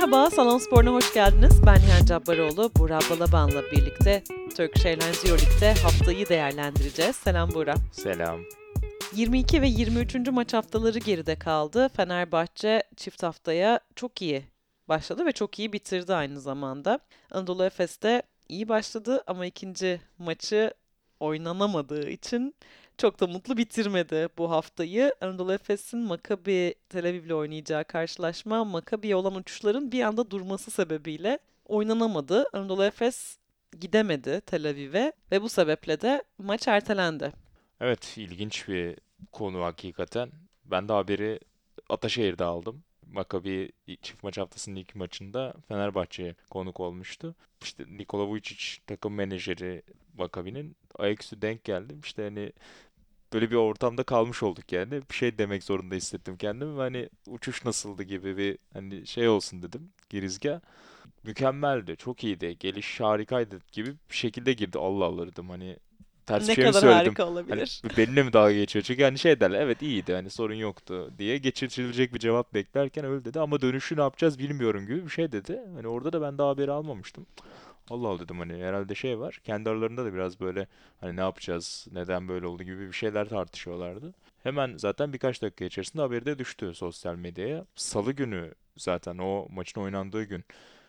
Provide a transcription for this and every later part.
Merhaba, Salon Spor'una hoş geldiniz. Ben Nihan Cabbaroğlu, Buğra Balaban'la birlikte Turkish Airlines Euroleague'de haftayı değerlendireceğiz. Selam Buğra. Selam. 22 ve 23. maç haftaları geride kaldı. Fenerbahçe çift haftaya çok iyi başladı ve çok iyi bitirdi aynı zamanda. Anadolu Efes de iyi başladı ama ikinci maçı oynanamadığı için çok da mutlu bitirmedi bu haftayı. Anadolu Efes'in Maccabi Tel Aviv'le oynayacağı karşılaşma Maccabi'ye olan uçuşların bir anda durması sebebiyle oynanamadı. Anadolu Efes gidemedi Tel Aviv'e ve bu sebeple de maç ertelendi. Evet, ilginç bir konu hakikaten. Ben de haberi Ataşehir'de aldım. Maccabi çift maç haftasının ilk maçında Fenerbahçe'ye konuk olmuştu. İşte Nikola Vujicic takım menajeri Maccabi'nin ayaküstü denk geldim. İşte hani böyle bir ortamda kalmış olduk yani. Bir şey demek zorunda hissettim kendimi. Hani uçuş nasıldı gibi bir hani şey olsun dedim. Girizgah. Mükemmeldi, çok iyiydi, geliş harikaydı gibi bir şekilde girdi. Allah Allah dedim hani ters bir Ne şey mi kadar söyledim? harika Hani olabilir. benimle mi dalga geçiyor? Çünkü hani şey derler, evet iyiydi hani sorun yoktu diye geçirilecek bir cevap beklerken öyle dedi ama dönüşü ne yapacağız bilmiyorum gibi bir şey dedi. Hani orada da ben daha haberi almamıştım. Allah Allah dedim hani herhalde şey var. Kendi aralarında da biraz böyle hani ne yapacağız, neden böyle oldu gibi bir şeyler tartışıyorlardı. Hemen zaten birkaç dakika içerisinde haberi de düştü sosyal medyaya. Salı günü zaten o maçın oynandığı gün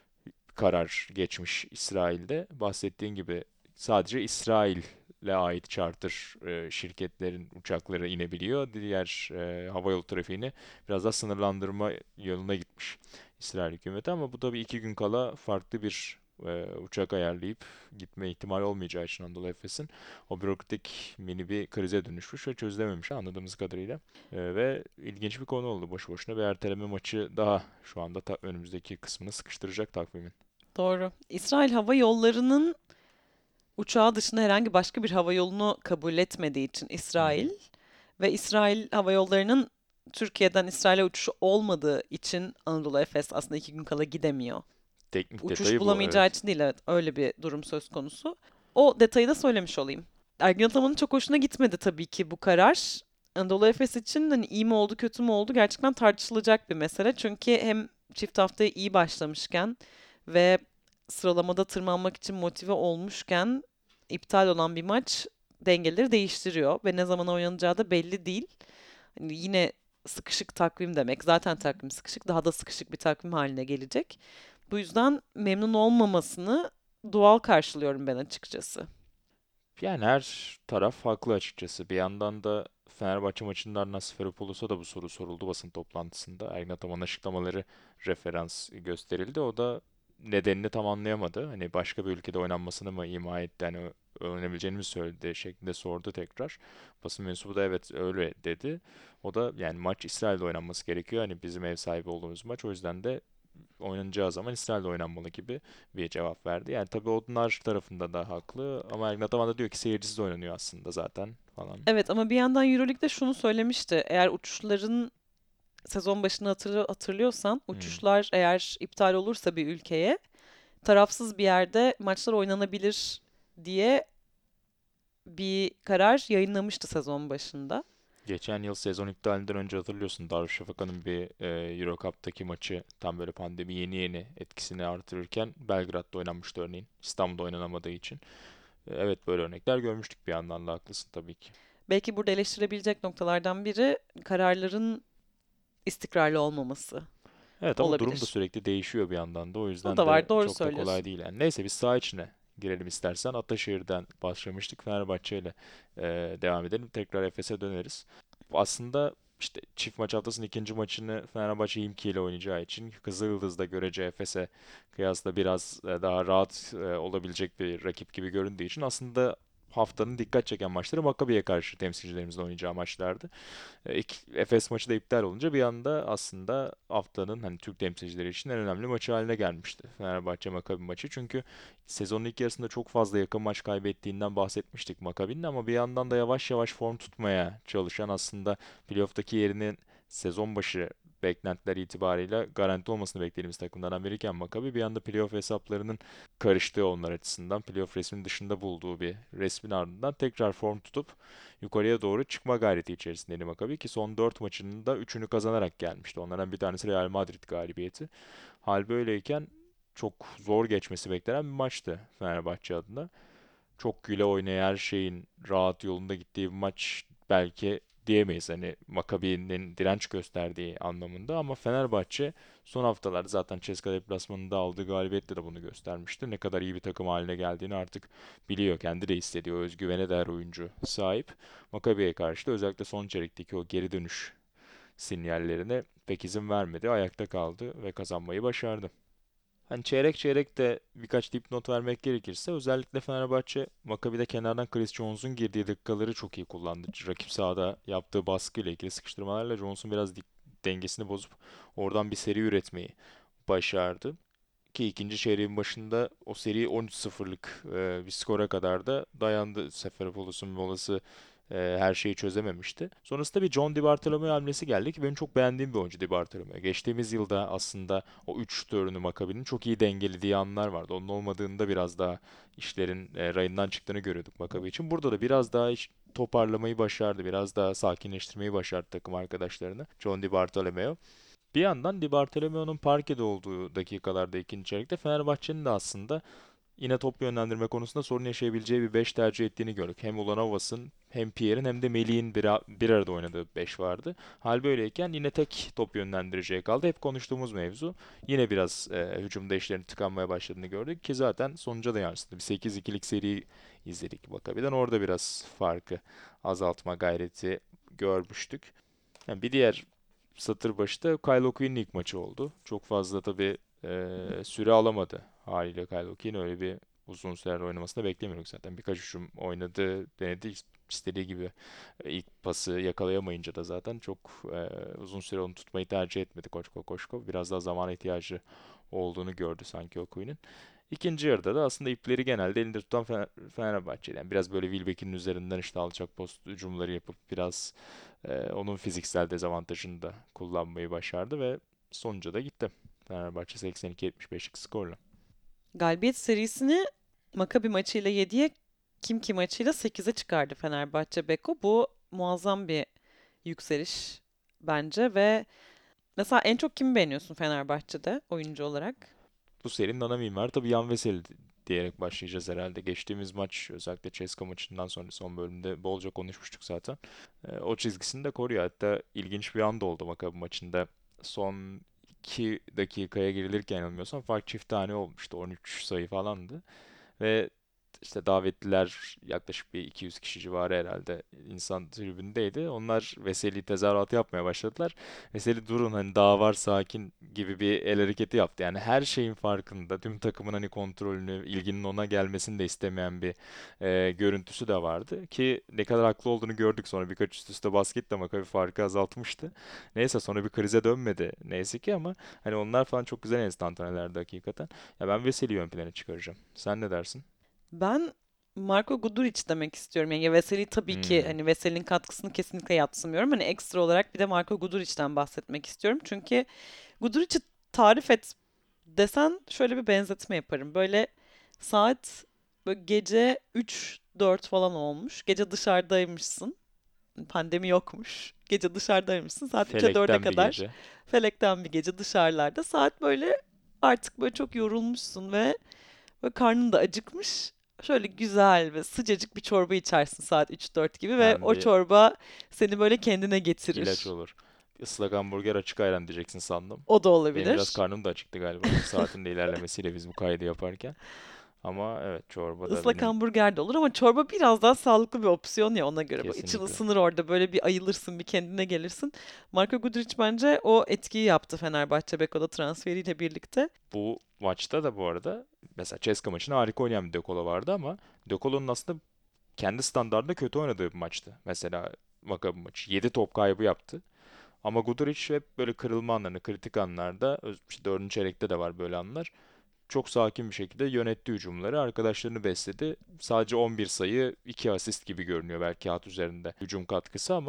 karar geçmiş İsrail'de. Bahsettiğin gibi sadece İsrail'e ait charter şirketlerin uçakları inebiliyor. Diğer havayolu trafiğini biraz daha sınırlandırma yoluna gitmiş İsrail hükümeti ama bu da bir iki gün kala farklı bir uçak ayarlayıp gitme ihtimali olmayacağı için Anadolu Efes'in o bürokratik mini bir krize dönüşmüş ve çözülememiş anladığımız kadarıyla. Ve ilginç bir konu oldu. Boşu boşuna bir erteleme maçı daha şu anda önümüzdeki kısmını sıkıştıracak takvimin. Doğru. İsrail Hava Yolları'nın uçağı dışında herhangi başka bir hava yolunu kabul etmediği için Hı hı. İsrail ve İsrail Hava Yolları'nın Türkiye'den İsrail'e uçuşu olmadığı için Anadolu Efes aslında 2 gün kala gidemiyor. Teknik Uçuş detayı bu, bulamayacağı evet. için değil, evet, öyle bir durum söz konusu. O detayı da söylemiş olayım. Ergin Ataman'ın çok hoşuna gitmedi tabii ki bu karar. Anadolu Efes için hani iyi mi oldu kötü mü oldu gerçekten tartışılacak bir mesele. Çünkü hem çift haftaya iyi başlamışken ve sıralamada tırmanmak için motive olmuşken iptal olan bir maç dengeleri değiştiriyor ve ne zaman oynanacağı da belli değil. Hani yine sıkışık takvim demek. Zaten takvim sıkışık, daha da sıkışık bir takvim haline gelecek. Bu yüzden memnun olmamasını doğal karşılıyorum ben açıkçası. Yani her taraf haklı açıkçası. Bir yandan da Fenerbahçe maçından Nasseferopoulos da bu soru soruldu basın toplantısında. Ergin Ataman'ın açıklamaları referans gösterildi. O da nedenini tam anlayamadı. Hani başka bir ülkede oynanmasını mı ima etti, hani öğrenebileceğini mi söyledi şeklinde sordu tekrar. Basın mensubu da evet öyle dedi. O da yani maç İsrail'de oynanması gerekiyor. Hani bizim ev sahibi olduğumuz maç. O yüzden de oynanacağı zaman İsrail'de oynanmalı gibi bir cevap verdi. Yani tabii onlar tarafında da haklı ama Ergin Ataman da diyor ki seyircisiz oynanıyor aslında zaten falan. Evet ama bir yandan Euroleague'de şunu söylemişti. Eğer uçuşların sezon başını hatırlıyorsan Hmm. uçuşlar eğer iptal olursa bir ülkeye tarafsız bir yerde maçlar oynanabilir diye bir karar yayınlamıştı sezon başında. Geçen yıl sezon iptalinden önce hatırlıyorsun Darüşşafaka'nın bir Euro Cup'taki maçı tam böyle pandemi yeni yeni etkisini artırırken Belgrad'da oynanmıştı örneğin. İstanbul'da oynanamadığı için. Evet böyle örnekler görmüştük, bir yandan da haklısın tabii ki. Belki burada eleştirebilecek noktalardan biri kararların istikrarlı olmaması Evet ama durum da olabilir. sürekli değişiyor bir yandan da, o O yüzden da de var, doğru çok da kolay söylüyorsun. değil yani. Neyse biz saha içine girelim istersen. Ataşehir'den başlamıştık. Fenerbahçe ile devam edelim. Tekrar Efes'e döneriz. Aslında işte çift maç haftasının ikinci maçını Fenerbahçe İMKİ ile oynayacağı için Kızılyıldız'da görece Efes'e kıyasla biraz daha rahat olabilecek bir rakip gibi göründüğü için aslında haftanın dikkat çeken maçları Maccabi'ye karşı temsilcilerimizle oynayacağı maçlardı. Efes maçı da iptal olunca bir anda aslında haftanın hani Türk temsilcileri için en önemli maçı haline gelmişti Fenerbahçe Maccabi maçı. Çünkü sezonun ilk yarısında çok fazla yakın maç kaybettiğinden bahsetmiştik Maccabi'nin ama bir yandan da yavaş yavaş form tutmaya çalışan, aslında playoff'taki yerinin sezon başı beklentiler itibarıyla garanti olmasını beklediğimiz takımlardan biriyken Maccabi bir anda playoff hesaplarının karıştığı onlar açısından playoff resminin dışında bulduğu bir resmin ardından tekrar form tutup yukarıya doğru çıkma gayreti içerisindeydi Maccabi ki son 4 maçının da üçünü kazanarak gelmişti. Onlardan bir tanesi Real Madrid galibiyeti. Hal böyleyken çok zor geçmesi beklenen bir maçtı Fenerbahçe adına. Çok güle oynaya her şeyin rahat yolunda gittiği bir maç belki diyemeyiz. Hani Maccabi'nin direnç gösterdiği anlamında ama Fenerbahçe son haftalarda zaten CSKA deplasmanında aldığı galibiyetle de bunu göstermişti. Ne kadar iyi bir takım haline geldiğini artık biliyor. Kendi de hissediyor. Özgüvene de her oyuncu sahip. Maccabi'ye karşı da özellikle son çeyrekteki o geri dönüş sinyallerine pek izin vermedi. Ayakta kaldı ve kazanmayı başardı. Hani çeyrek çeyrek de birkaç dipnot vermek gerekirse özellikle Fenerbahçe Maccabi'de kenardan Chris Jones'un girdiği dakikaları çok iyi kullandı. Rakip sahada yaptığı baskıyla ilgili sıkıştırmalarla Jones'un biraz dengesini bozup oradan bir seri üretmeyi başardı. Ki ikinci çeyreğin başında o seri 13-0'lık bir skora kadar da dayandı. Seferopoulos molası her şeyi çözememişti. Sonrasında bir John Di Bartolomeo hamlesi geldi ki benim çok beğendiğim bir oyuncu Di Bartolomeo. Geçtiğimiz yılda aslında o 3 turnu Maccabi'nin çok iyi dengelediği anlar vardı. Onun olmadığında biraz daha işlerin rayından çıktığını görüyorduk Maccabi için. Burada da biraz daha toparlamayı başardı. Biraz daha sakinleştirmeyi başardı takım arkadaşlarını. John Di Bartolomeo. Bir yandan Di Bartolomeo'nun parkede olduğu dakikalarda ikinci çeyrekte Fenerbahçe'nin de aslında yine top yönlendirme konusunda sorun yaşayabileceği bir 5 tercih ettiğini gördük. Hem Ulanovas'ın hem Pierre'in hem de Melih'in bir arada oynadığı 5 vardı. Hal böyleyken yine tek top yönlendireceği kaldı. Hep konuştuğumuz mevzu. Yine biraz hücumda işlerin tıkanmaya başladığını gördük ki zaten sonuca da yansıdı. Bir 8-2'lik seri izledik Maccabi'den. Orada biraz farkı azaltma gayreti görmüştük. Yani bir diğer satır başı da Kyle O'Quinn'in ilk maçı oldu. Çok fazla tabii süre alamadı haliyle Kyle O'Quinn. Öyle bir uzun süre oynamasını da beklemiyorduk zaten. Birkaç hücum oynadı, denedi. İstediği gibi ilk pası yakalayamayınca da zaten çok uzun süre onu tutmayı tercih etmedi Koçko. Biraz daha zamana ihtiyacı olduğunu gördü sanki O'Quinn'in. İkinci yarıda da aslında ipleri genelde elinde tutan Fenerbahçe'den. Yani biraz böyle Wilbeck'in üzerinden işte alçak post hücumları yapıp biraz onun fiziksel dezavantajını da kullanmayı başardı ve sonuca da gitti. Fenerbahçe 82-75'lik skorla. Galibiyet serisini Maccabi maçıyla 7'ye, Kimki maçıyla 8'e çıkardı Fenerbahçe Beko. Bu muazzam bir yükseliş bence ve mesela en çok kimi beğeniyorsun Fenerbahçe'de oyuncu olarak? Bu serinin ana mimarı tabii Yan Veseli diyerek başlayacağız herhalde. Geçtiğimiz maç özellikle CSKA maçından sonra son bölümde bolca konuşmuştuk zaten. O çizgisini de koruyor. Hatta ilginç bir anda oldu Maccabi maçında. Son 2 dakikaya girilirken yanılmıyorsam fark çift tane olmuştu. 13 sayı falandı. Ve işte davetliler yaklaşık bir 200 kişi civarı herhalde insan tribündeydi. Onlar Veseli tezahürat yapmaya başladılar. Veseli durun hani daha var sakin gibi bir el hareketi yaptı. Yani her şeyin farkında. Tüm takımın hani kontrolünü, ilginin ona gelmesini de istemeyen bir görüntüsü de vardı. Ki ne kadar haklı olduğunu gördük sonra birkaç üst üste basketle Maccabi farkı azaltmıştı. Neyse sonra bir krize dönmedi neyse ki ama hani onlar falan çok güzel enstantanelerdi hakikaten. Ya ben Veseli'yi ön plana çıkaracağım. Sen ne dersin? Ben Marko Guduric demek istiyorum. Yani Veseli tabii ki Hmm. hani Veseli'nin katkısını kesinlikle yadsımıyorum. Hani ekstra olarak bir de Marko Guduric'den bahsetmek istiyorum. Çünkü Guduric'i tarif et desen şöyle bir benzetme yaparım. Böyle saat böyle gece 3-4 falan olmuş. Gece dışarıdaymışsın. Pandemi yokmuş. Gece dışarıdaymışsın. Saat 3'e 4'e Felekten bir kadar gece. felekten bir gece dışarılarda. Saat böyle artık böyle çok yorulmuşsun ve böyle karnın da acıkmış. Şöyle güzel ve sıcacık bir çorba içersin saat 3-4 gibi ve Hem o bir çorba seni böyle kendine ilaç getirir. olur. Islak hamburger açık ayran diyeceksin sandım. O da Benim biraz olabilir. karnım da acıktı galiba. Saatin de ilerlemesiyle biz bu kaydı yaparken. Ama evet çorba da Islak benim hamburger de olur ama çorba biraz daha sağlıklı bir opsiyon ya ona göre. Böyle için kesinlikle. ısınır orada böyle bir ayılırsın bir kendine gelirsin. Marko Guduric bence o etkiyi yaptı Fenerbahçe Beko'da transferiyle birlikte. Bu maçta da bu arada mesela CSKA maçında harika oynayan bir De Colo vardı ama De Colo'nun aslında kendi standartında kötü oynadığı bir maçtı. Mesela Maccabi maçı. 7 top kaybı yaptı. Ama Guduric hep böyle kırılma anlarında, kritik anlarda, işte 4. çeyrekte de var böyle anlar. Çok sakin bir şekilde yönetti hücumları. Arkadaşlarını besledi. Sadece 11 sayı, 2 asist gibi görünüyor belki kağıt üzerinde hücum katkısı ama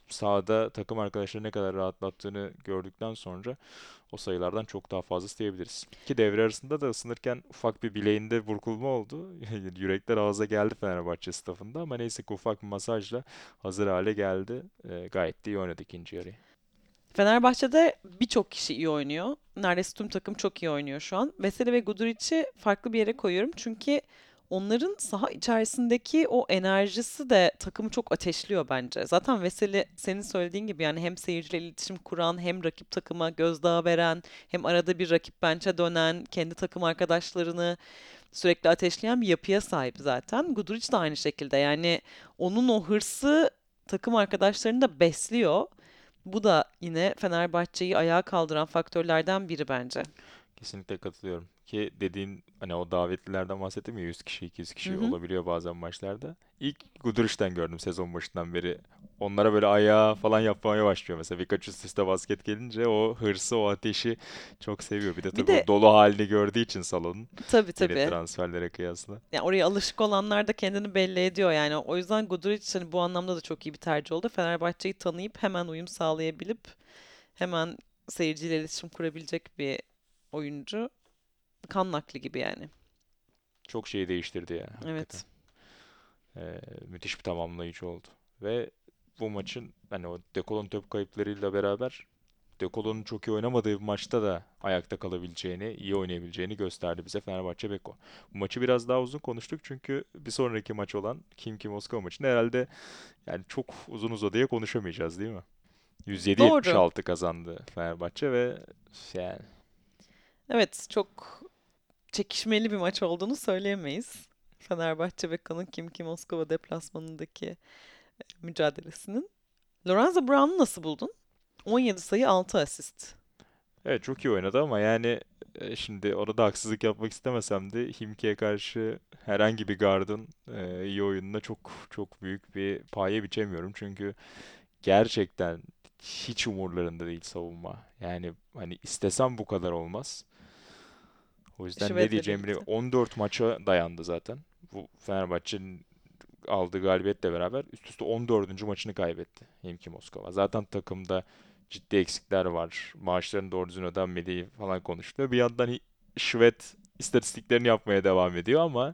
sahada takım arkadaşları ne kadar rahatlattığını gördükten sonra o sayılardan çok daha fazla isteyebiliriz. Ki devre arasında da ısınırken ufak bir bileğinde burkulma oldu. Yürekler ağza geldi Fenerbahçe staffında ama neyse ki ufak bir masajla hazır hale geldi. Gayet de iyi oynadı ikinci yarıyı. Fenerbahçe'de birçok kişi iyi oynuyor. Neredeyse tüm takım çok iyi oynuyor şu an. Veseli ve Guduric'i farklı bir yere koyuyorum. Çünkü onların saha içerisindeki o enerjisi de takımı çok ateşliyor bence. Zaten Veseli senin söylediğin gibi yani hem seyirciyle iletişim kuran, hem rakip takıma gözdağı veren, hem arada bir rakip bench'e dönen, kendi takım arkadaşlarını sürekli ateşleyen bir yapıya sahip zaten. Guduric de aynı şekilde. Yani onun o hırsı takım arkadaşlarını da besliyor. Bu da yine Fenerbahçe'yi ayağa kaldıran faktörlerden biri bence. Kesinlikle katılıyorum. Ki dediğin hani o davetlilerden bahsettim ya 100 kişi 200 Hı kişi hı. olabiliyor bazen maçlarda. İlk Guduric'ten gördüm sezon başından beri. Onlara böyle ayağa falan yapmaya başlıyor mesela. Birkaç üst üste basket gelince o hırsı, o ateşi çok seviyor. Bir de Bir tabii de o dolu halini gördüğü için salonun tabii yeni tabii. transferlere kıyasla. Yani oraya alışık olanlar da kendini belli ediyor yani. O yüzden Guduric hani bu anlamda da çok iyi bir tercih oldu. Fenerbahçe'yi tanıyıp hemen uyum sağlayabilip hemen seyirciyle iletişim kurabilecek bir oyuncu. Kan nakli gibi yani. Çok şeyi değiştirdi ya hakikaten. Evet. Müthiş bir tamamlayıcı oldu. Ve bu maçın hani o Dekolon top kayıplarıyla beraber De Colo'nun çok iyi oynamadığı bir maçta da ayakta kalabileceğini, iyi oynayabileceğini gösterdi bize Fenerbahçe Beko. Bu maçı biraz daha uzun konuştuk çünkü bir sonraki maç olan Khimki Moskova maçını herhalde yani çok uzun uzadıya konuşamayacağız değil mi? Doğru. 107-76 kazandı Fenerbahçe ve yani Evet, çok çekişmeli bir maç olduğunu söyleyemeyiz. Fenerbahçe Beko'nun Kimki Moskova deplasmanındaki mücadelesinin. Lorenzo Brown'u nasıl buldun? 17 sayı 6 asist. evet çok iyi oynadı ama yani şimdi orada haksızlık yapmak istemesem de Himki'ye karşı herhangi bir gardın iyi oyununa çok çok büyük bir paye biçemiyorum. Çünkü gerçekten hiç umurlarında değil savunma. Yani hani istesem bu kadar olmaz. O yüzden ne Şved'le diyeceğimi bilmiyorum. birlikte. 14 maça dayandı zaten. Bu Fenerbahçe'nin aldığı galibiyetle beraber üst üste 14. maçını kaybetti Himki Moskova. Zaten takımda ciddi eksikler var. Maaşların doğru düzgün ödenmediği falan konuşuluyor. Bir yandan Şved istatistiklerini yapmaya devam ediyor ama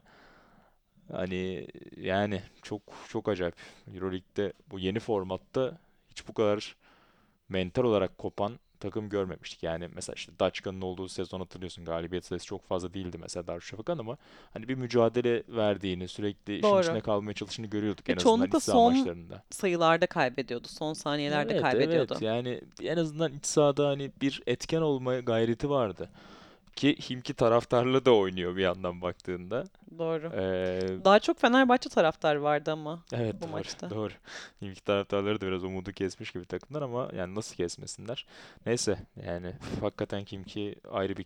hani yani çok çok acayip. Euroleague'de bu yeni formatta hiç bu kadar mental olarak kopan takım görmemiştik. Yani mesela işte Daçka'nın olduğu sezon hatırlıyorsun. Galibiyet sayısı çok fazla değildi mesela Darüşşafaka'nın ama hani bir mücadele verdiğini, sürekli işin Doğru. içine kalmaya çalıştığını görüyorduk Ve en azından çoğunlukla iç saha son maçlarında. sayılarda kaybediyordu. Son saniyelerde Evet, evet. kaybediyordu. Yani en azından iç sahada hani bir etken olma gayreti vardı. Ki Himki taraftarlı da oynuyor bir yandan baktığında. Doğru. Ee, Daha çok Fenerbahçe taraftarı vardı ama Evet bu doğru maçta. doğru. İlk taraftarları da biraz umudu kesmiş gibi takımlar ama yani nasıl kesmesinler. Neyse yani hakikaten kim ki ayrı bir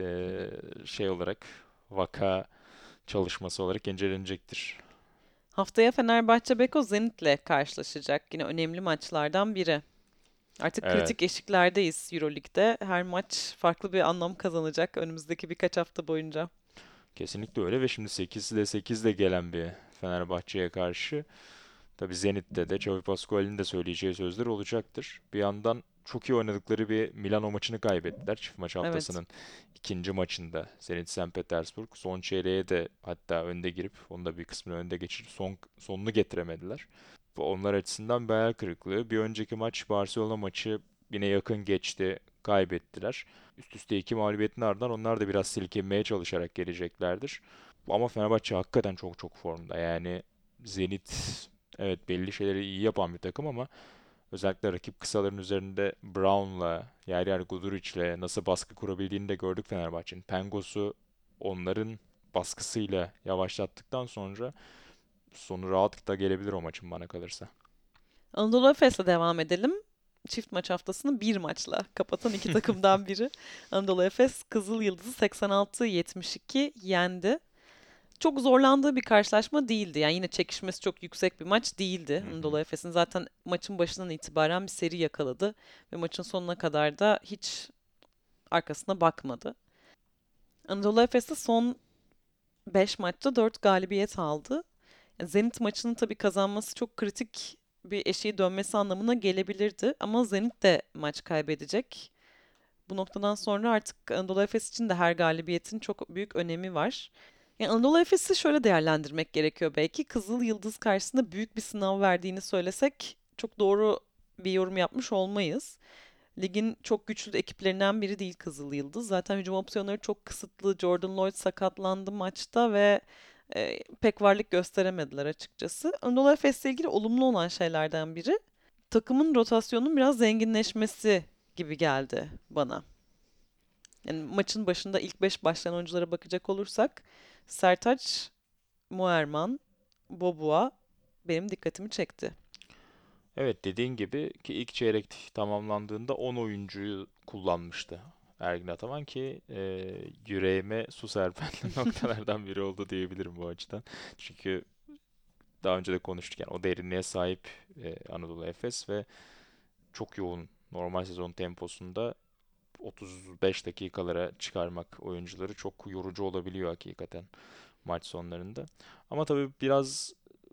şey olarak vaka çalışması olarak incelenecektir. Haftaya Fenerbahçe Beko Zenit'le karşılaşacak. Yine önemli maçlardan biri. Artık Evet kritik eşiklerdeyiz Euroleague'de. Her maç farklı bir anlam kazanacak önümüzdeki birkaç hafta boyunca. kesinlikle öyle ve şimdi 8'de 8'de gelen bir Fenerbahçe'ye karşı tabii Zenit'te de Xavi Pascual'in de söyleyeceği sözler olacaktır. Bir yandan çok iyi oynadıkları bir Milano maçını kaybettiler. Çift maç Evet. haftasının ikinci maçında Zenit St. Petersburg. Son çeyreğe de hatta önde girip onu da bir kısmını önde geçirip sonunu getiremediler. Bu onlar açısından bir hayal kırıklığı. Bir önceki maç Barcelona maçı yine yakın geçti. Kaybettiler. Üst üste iki mağlubiyetin ardından onlar da biraz silkinmeye çalışarak geleceklerdir. Ama Fenerbahçe hakikaten çok çok formda. Yani Zenit evet belli şeyleri iyi yapan bir takım ama özellikle rakip kısaların üzerinde Brown'la, yer yer Guduric'le nasıl baskı kurabildiğini de gördük Fenerbahçe'nin. Pengos'u onların baskısıyla yavaşlattıktan sonra sonu rahatlıkla gelebilir o maçın bana kalırsa. Anadolu Efes'le devam edelim. Çift maç haftasını bir maçla kapatan iki takımdan biri. Anadolu Efes Kızıl Yıldız'ı 86-72 yendi. Çok zorlandığı bir karşılaşma değildi. Yani yine çekişmesi çok yüksek bir maç değildi. Hı hı. Anadolu Efes'in zaten maçın başından itibaren bir seri yakaladı ve maçın sonuna kadar da hiç arkasına bakmadı. Anadolu Efes de son 5 maçta 4 galibiyet aldı. Zenit maçını tabii kazanması çok kritik bir eşiği dönmesi anlamına gelebilirdi. Ama Zenit de maç kaybedecek. Bu noktadan sonra artık Anadolu Efes için de her galibiyetin çok büyük önemi var. Yani Anadolu Efes'i şöyle değerlendirmek gerekiyor belki. Kızıl Yıldız karşısında büyük bir sınav verdiğini söylesek çok doğru bir yorum yapmış olmayız. Ligin çok güçlü ekiplerinden biri değil Kızıl Yıldız. Zaten hücum opsiyonları çok kısıtlı. Jordan Lloyd sakatlandı maçta ve pek varlık gösteremediler açıkçası. Anadolu Efes'le ilgili olumlu olan şeylerden biri takımın rotasyonunun biraz zenginleşmesi gibi geldi bana. Yani maçın başında ilk 5 başlayan oyunculara bakacak olursak Sertaç, Muerman, Bobua benim dikkatimi çekti. Evet, dediğin gibi ki ilk çeyrek tamamlandığında 10 oyuncuyu kullanmıştı Ergin Ataman ki yüreğime su serpen noktalardan biri oldu diyebilirim bu açıdan. Çünkü daha önce de konuştuk, yani o derinliğe sahip Anadolu Efes ve çok yoğun normal sezon temposunda 35 dakikalara çıkarmak oyuncuları çok yorucu olabiliyor hakikaten maç sonlarında. Ama tabii biraz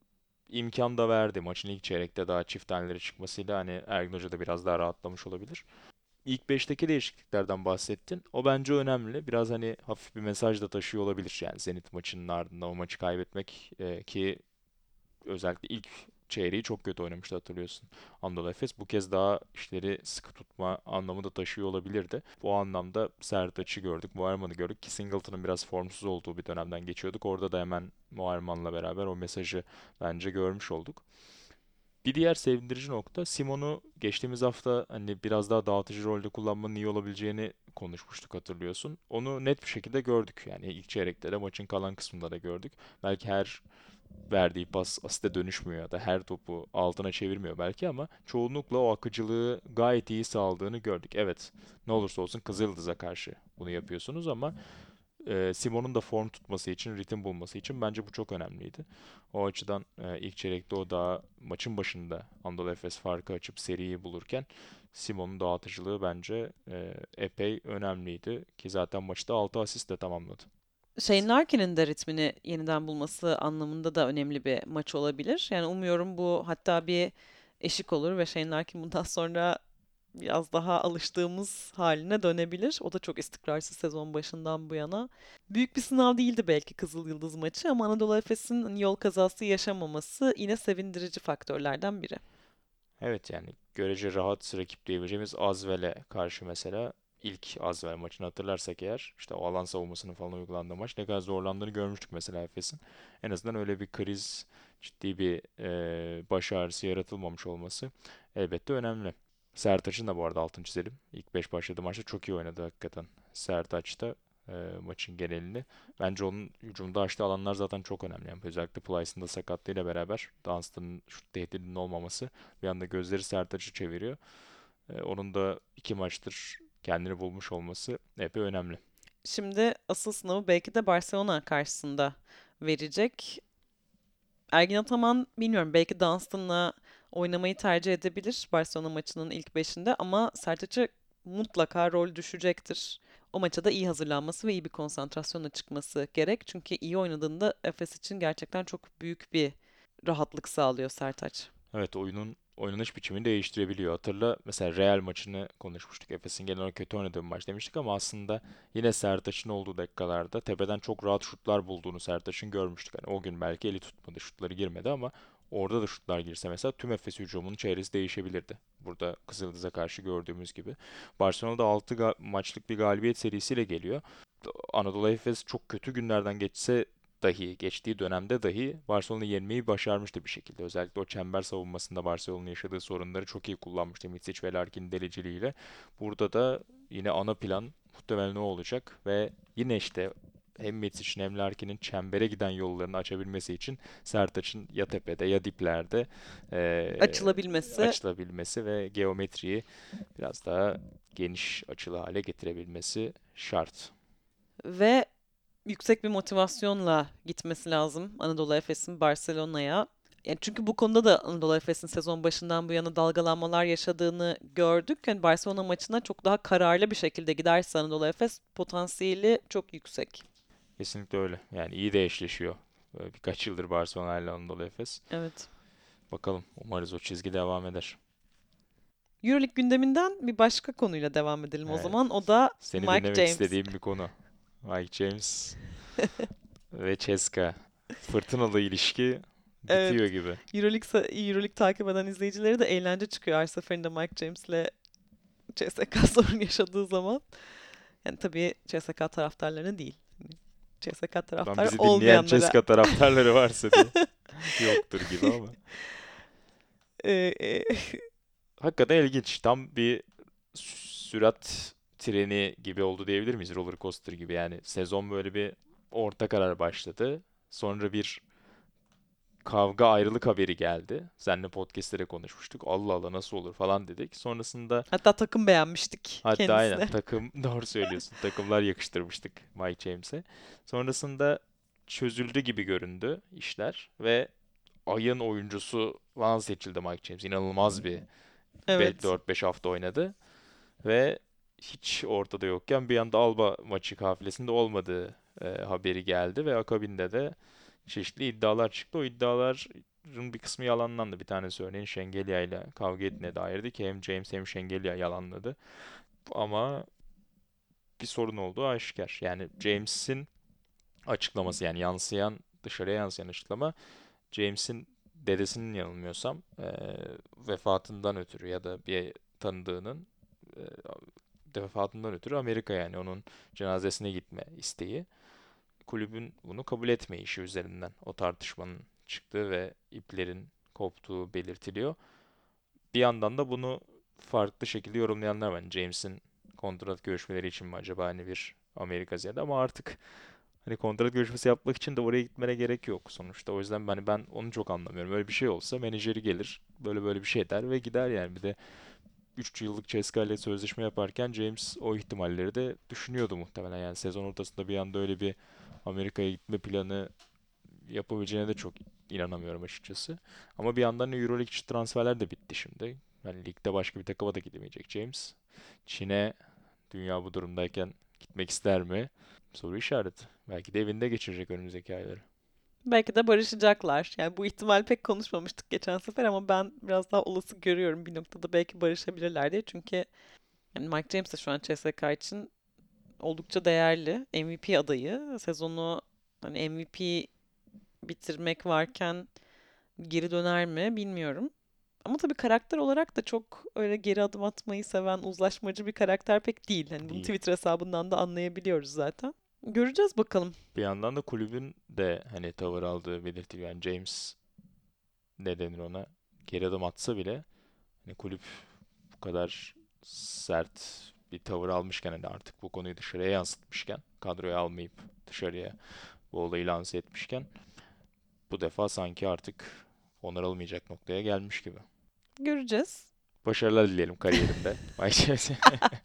imkan da verdi. Maçın ilk çeyrekte daha çift taneleri çıkmasıyla hani Ergin Hoca da biraz daha rahatlamış olabilir. İlk beşteki değişikliklerden bahsettin. O bence önemli. Biraz hani hafif bir mesaj da taşıyor olabilir. Yani Zenit maçının ardından o maçı kaybetmek ki özellikle ilk çeyreği çok kötü oynamıştı, hatırlıyorsun. Anadolu Efes bu kez daha işleri sıkı tutma anlamı da taşıyor olabilirdi. Bu anlamda Sertaç'ı gördük, Muharman'ı gördük ki Singleton'ın biraz formsuz olduğu bir dönemden geçiyorduk. Orada da hemen Muharman'la beraber o mesajı bence görmüş olduk. Bir diğer sevindirici nokta, Simon'u geçtiğimiz hafta hani biraz daha dağıtıcı rolde kullanmanın iyi olabileceğini konuşmuştuk, hatırlıyorsun. Onu net bir şekilde gördük. Yani ilk çeyrekte de maçın kalan kısmında da gördük. Belki her verdiği pas asiste dönüşmüyor ya da her topu altına çevirmiyor belki ama çoğunlukla o akıcılığı gayet iyi sağladığını gördük. Evet, ne olursa olsun Kızıldız'a karşı bunu yapıyorsunuz ama Simon'un da form tutması için, ritim bulması için bence bu çok önemliydi. O açıdan ilk çeyrekte o daha maçın başında Anadolu Efes farkı açıp seriyi bulurken Simon'un dağıtıcılığı bence epey önemliydi ki zaten maçta 6 asistle tamamladı. Shane Larkin'in de ritmini yeniden bulması anlamında da önemli bir maç olabilir. Yani umuyorum bu hatta bir eşik olur ve Shane Larkin bundan sonra biraz daha alıştığımız haline dönebilir. O da çok istikrarsız sezon başından bu yana. Büyük bir sınav değildi belki Kızıl Yıldız maçı ama Anadolu Efes'in hani yol kazası yaşamaması yine sevindirici faktörlerden biri. Evet, yani görece rahat rakip diyebileceğimiz Asvel'e karşı mesela ilk Asvel maçını hatırlarsak eğer, işte o alan savunmasının falan uygulandığı maç ne kadar zorlandığını görmüştük mesela Efes'in. En azından öyle bir kriz, ciddi bir baş ağrısı yaratılmamış olması elbette önemli. Sertaç'ın da bu arada altını çizelim. İlk 5 başladığı maçta çok iyi oynadı hakikaten. Sertaç da maçın genelini. Bence onun hücumda açtığı alanlar zaten çok önemli. Yani özellikle Plyce'ın da sakatlığıyla beraber Dunstan'ın şut tehdidinin olmaması bir anda gözleri Sertaç'ı çeviriyor. Onun da 2 maçtır kendini bulmuş olması epey önemli. Şimdi asıl sınavı belki de Barcelona karşısında verecek. Ergin Ataman bilmiyorum belki Dunstan'la oynamayı tercih edebilir Barcelona maçının ilk beşinde ama Sertaç'a mutlaka rol düşecektir. O maça da iyi hazırlanması ve iyi bir konsantrasyonla çıkması gerek. Çünkü iyi oynadığında Efes için gerçekten çok büyük bir rahatlık sağlıyor Sertaç. Evet, oyunun oynanış biçimini değiştirebiliyor. Hatırla mesela Real maçını konuşmuştuk. Efes'in genel olarak kötü oynadığı bir maç demiştik ama aslında yine Sertaç'ın olduğu dakikalarda tepeden çok rahat şutlar bulduğunu Sertaç'ın görmüştük. Hani o gün belki eli tutmadı, şutları girmedi ama orada da şutlar girse mesela tüm Efes hücumunun çevresi değişebilirdi. Burada Kızıldız'a karşı gördüğümüz gibi. Barcelona'da 6 maçlık bir galibiyet serisiyle geliyor. Anadolu Efes çok kötü günlerden geçse dahi, geçtiği dönemde dahi Barcelona'yı yenmeyi başarmıştı bir şekilde. Özellikle o çember savunmasında Barcelona'nın yaşadığı sorunları çok iyi kullanmıştı Micic ve Larkin deliciliğiyle. Burada da yine ana plan muhtemelen ne olacak ve yine işte hem Micic'in hem Larkin'in çembere giden yollarını açabilmesi için Sertaç'ın ya tepede ya diplerde Açılabilmesi açılabilmesi ve geometriyi biraz daha geniş açılı hale getirebilmesi şart. ve yüksek bir motivasyonla gitmesi lazım Anadolu Efes'in Barcelona'ya. Yani çünkü bu konuda da Anadolu Efes'in sezon başından bu yana dalgalanmalar yaşadığını gördük. Yani Barcelona maçına çok daha kararlı bir şekilde giderse Anadolu Efes potansiyeli çok yüksek. Kesinlikle öyle. Yani iyi de eşleşiyor. Birkaç yıldır Barcelona ile Anadolu Efes. Evet. Bakalım. Umarız o çizgi devam eder. EuroLeague gündeminden bir başka konuyla devam edelim o Evet. zaman. O da Seni Mike dinlemek James. istediğim bir konu. Mike James ve Ceska. Fırtınalı ilişki Evet. bitiyor gibi. EuroLeague takip eden izleyicileri de eğlence çıkıyor her seferinde Mike James'le CSK sorun yaşadığı zaman. Yani tabii CSK taraftarlarına değil. Hani CSK Buradan taraftarı bizi dinleyen olmayanlara. Ceska taraftarları varsa diye. Yoktur gibi ama. Ee, e, Hakikaten ilginç. Tam bir sürat treni gibi oldu diyebilir miyiz? Roller coaster gibi yani. Sezon böyle bir orta karar başladı. Sonra bir kavga ayrılık haberi geldi. Seninle podcast'te konuşmuştuk. Allah Allah nasıl olur falan dedik. Sonrasında Hatta takım beğenmiştik hatta aynen kendisine. takım doğru söylüyorsun. Takımlar yakıştırmıştık Mike James'e. Sonrasında çözüldü gibi göründü işler ve ayın oyuncusu falan seçildi Mike James. İnanılmaz bir Evet. 4-5 hafta oynadı ve hiç ortada yokken bir anda Alba maçı kafilesinde olmadığı haberi geldi ve akabinde de çeşitli iddialar çıktı. O iddiaların bir kısmı yalanlandı. Bir tanesi örneğin Şengelya ile kavga ettiğine dairdi ki hem James hem Şengelya yalanladı. Ama bir sorun olduğu aşikar. Yani James'in açıklaması yani dışarıya yansıyan açıklama James'in dedesinin yanılmıyorsam vefatından ötürü ya da bir tanıdığının vefatından ötürü Amerika yani onun cenazesine gitme isteği. Kulübün bunu kabul etmeyişi üzerinden o tartışmanın çıktığı ve iplerin koptuğu belirtiliyor. Bir yandan da bunu farklı şekilde yorumlayanlar var. Hani James'in kontrat görüşmeleri için mi acaba hani bir Amerika ziyade ama artık hani kontrat görüşmesi yapmak için de oraya gitmene gerek yok sonuçta. O yüzden ben onu çok anlamıyorum. Öyle bir şey olsa menajeri gelir böyle böyle bir şey der ve gider yani. Bir de 3 yıllık CSKA ile sözleşme yaparken James o ihtimalleri de düşünüyordu muhtemelen. Yani sezon ortasında bir anda öyle bir Amerika'ya gitme planı yapabileceğine de çok inanamıyorum açıkçası. Ama bir yandan da Euroleague içi transferler de bitti şimdi. Yani ligde başka bir takıma da gidemeyecek James. Çin'e dünya bu durumdayken gitmek ister mi? Soru işareti. Belki de evinde geçirecek önümüzdeki ayları. Belki de barışacaklar. Yani bu ihtimal pek konuşmamıştık geçen sefer ama ben biraz daha olası görüyorum bir noktada belki barışabilirler diye. Çünkü yani Mike James de şu an CSK için oldukça değerli. MVP adayı. Sezonu hani MVP bitirmek varken geri döner mi bilmiyorum. Ama tabii karakter olarak da çok öyle geri adım atmayı seven, uzlaşmacı bir karakter pek değil. Hani bunu Değil. Twitter hesabından da anlayabiliyoruz zaten. Göreceğiz bakalım. Bir yandan da kulübün de hani tavır aldığı belirtiliyor. Yani James ne denir ona geri adım atsa bile hani kulüp bu kadar sert bir tavır almışken hani artık bu konuyu dışarıya yansıtmışken kadroya almayıp dışarıya bu olayı lanse etmişken bu defa sanki artık onarılmayacak noktaya gelmiş gibi. Göreceğiz. Başarılar dileyelim kariyerinde. Ayşe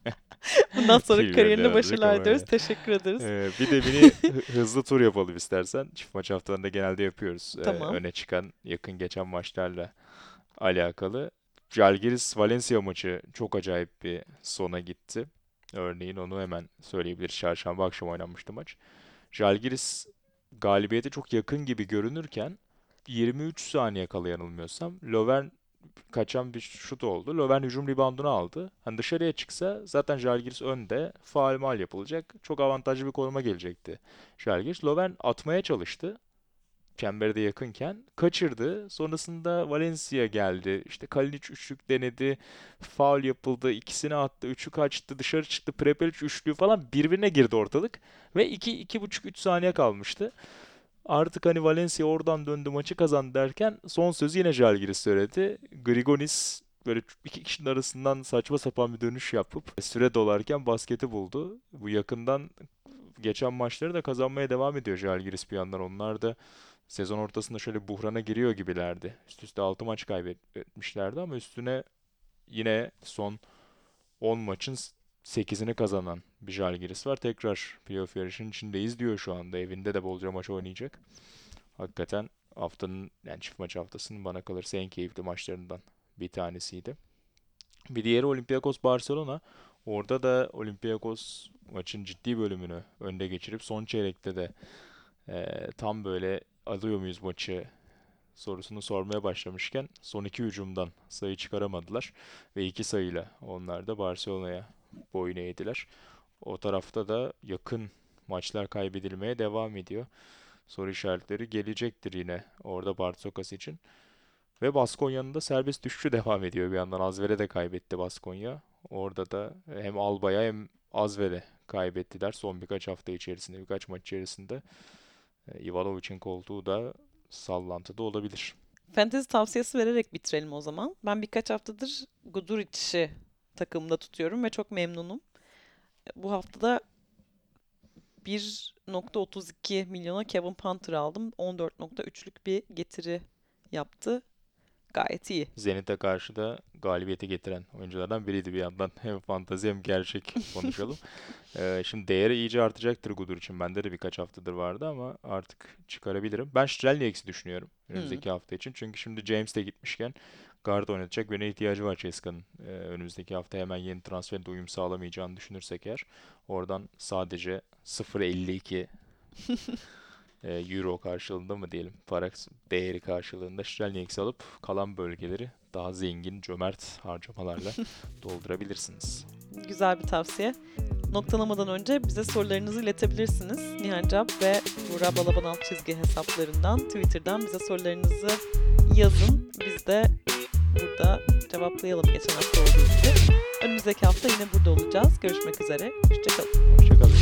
Bundan sonraki bilmiyorum ne kariyerine olacak başarılar ama diliyoruz. öyle. Teşekkür ederiz. Bir de mini hızlı tur yapalım istersen. Çift maç haftalarında genelde yapıyoruz. Tamam. Öne çıkan yakın geçen maçlarla alakalı. Žalgiris Valencia maçı çok acayip bir sona gitti. Örneğin onu hemen söyleyebiliriz. Çarşamba akşam oynanmıştı maç. Žalgiris galibiyete çok yakın gibi görünürken 23 saniye kala yanılmıyorsam Lovren kaçan bir şut oldu. Lovren hücum reboundunu aldı. Hani dışarıya çıksa zaten Žalgiris önde. Faul mal yapılacak. Çok avantajlı bir konuma gelecekti Žalgiris. Lovren atmaya çalıştı çembere de yakınken kaçırdı. Sonrasında Valencia geldi. İşte Kalinic üçlük denedi. Faul yapıldı. İkisini attı. Üçü kaçtı. Dışarı çıktı. Prepelic üçlüğü falan birbirine girdi ortalık. Ve 2-2,5-3 saniye kalmıştı. Artık hani Valencia oradan döndü maçı kazandı derken son sözü yine Žalgiris söyledi. Grigonis böyle iki kişinin arasından saçma sapan bir dönüş yapıp süre dolarken basketi buldu. Bu yakından geçen maçları da kazanmaya devam ediyor Žalgiris bir yandan. Onlar da sezon ortasında şöyle buhrana giriyor gibilerdi. Üst üste 6 maç kaybetmişlerdi ama üstüne yine son 10 maçın 8'ini kazanan bir Žalgiris var. Tekrar playoff yarışının içindeyiz diyor şu anda. Evinde de bolca maç oynayacak. Hakikaten haftanın yani çift maç haftasının bana kalırsa en keyifli maçlarından bir tanesiydi. Bir diğeri Olympiakos Barcelona. Orada da Olympiakos maçın ciddi bölümünü önde geçirip son çeyrekte de tam böyle alıyor muyuz maçı sorusunu sormaya başlamışken son iki hücumdan sayı çıkaramadılar ve iki sayıyla onlar da Barcelona'ya boyun eğdiler. O tarafta da yakın maçlar kaybedilmeye devam ediyor. Soru işaretleri gelecektir yine orada Barçokas için. Ve Baskonya'nın da serbest düşüşü devam ediyor bir yandan. Azver'e de kaybetti Baskonya. Orada da hem Alba'ya hem Azver'e kaybettiler son birkaç hafta içerisinde, birkaç maç içerisinde. Ivanovic'in koltuğu da sallantıda olabilir. Fantezi tavsiyesi vererek bitirelim o zaman. Ben birkaç haftadır Guduric'i takımda tutuyorum ve çok memnunum. Bu haftada 1.32 milyona Kevin Panther aldım. 14.3'lük bir getiri yaptı. Gayet iyi. Zenit'e karşı da galibiyeti getiren oyunculardan biriydi bir yandan. Hem fantazi hem gerçek konuşalım. Şimdi değeri iyice artacaktır Gudur için. Bende de birkaç haftadır vardı ama artık çıkarabilirim. Ben Strelniекс'i düşünüyorum Hmm. önümüzdeki hafta için. Çünkü şimdi James de gitmişken guard oynatacak birine ihtiyacı var Ceska'nın. Önümüzdeki hafta hemen yeni transferinde uyum sağlamayacağını düşünürsek eğer. Oradan sadece 0.52 euro karşılığında mı diyelim, para değeri karşılığında Strelnieks alıp kalan bölgeleri daha zengin, cömert harcamalarla doldurabilirsiniz. Güzel bir tavsiye. Noktalamadan önce bize sorularınızı iletebilirsiniz. Nihan Cap ve Buğra Balaban alt çizgi hesaplarından, Twitter'dan bize sorularınızı yazın. Biz de burada cevaplayalım geçen hafta olduğu gibi. Önümüzdeki hafta yine burada olacağız. Görüşmek üzere. Hoşça kalın. Hoşçakalın.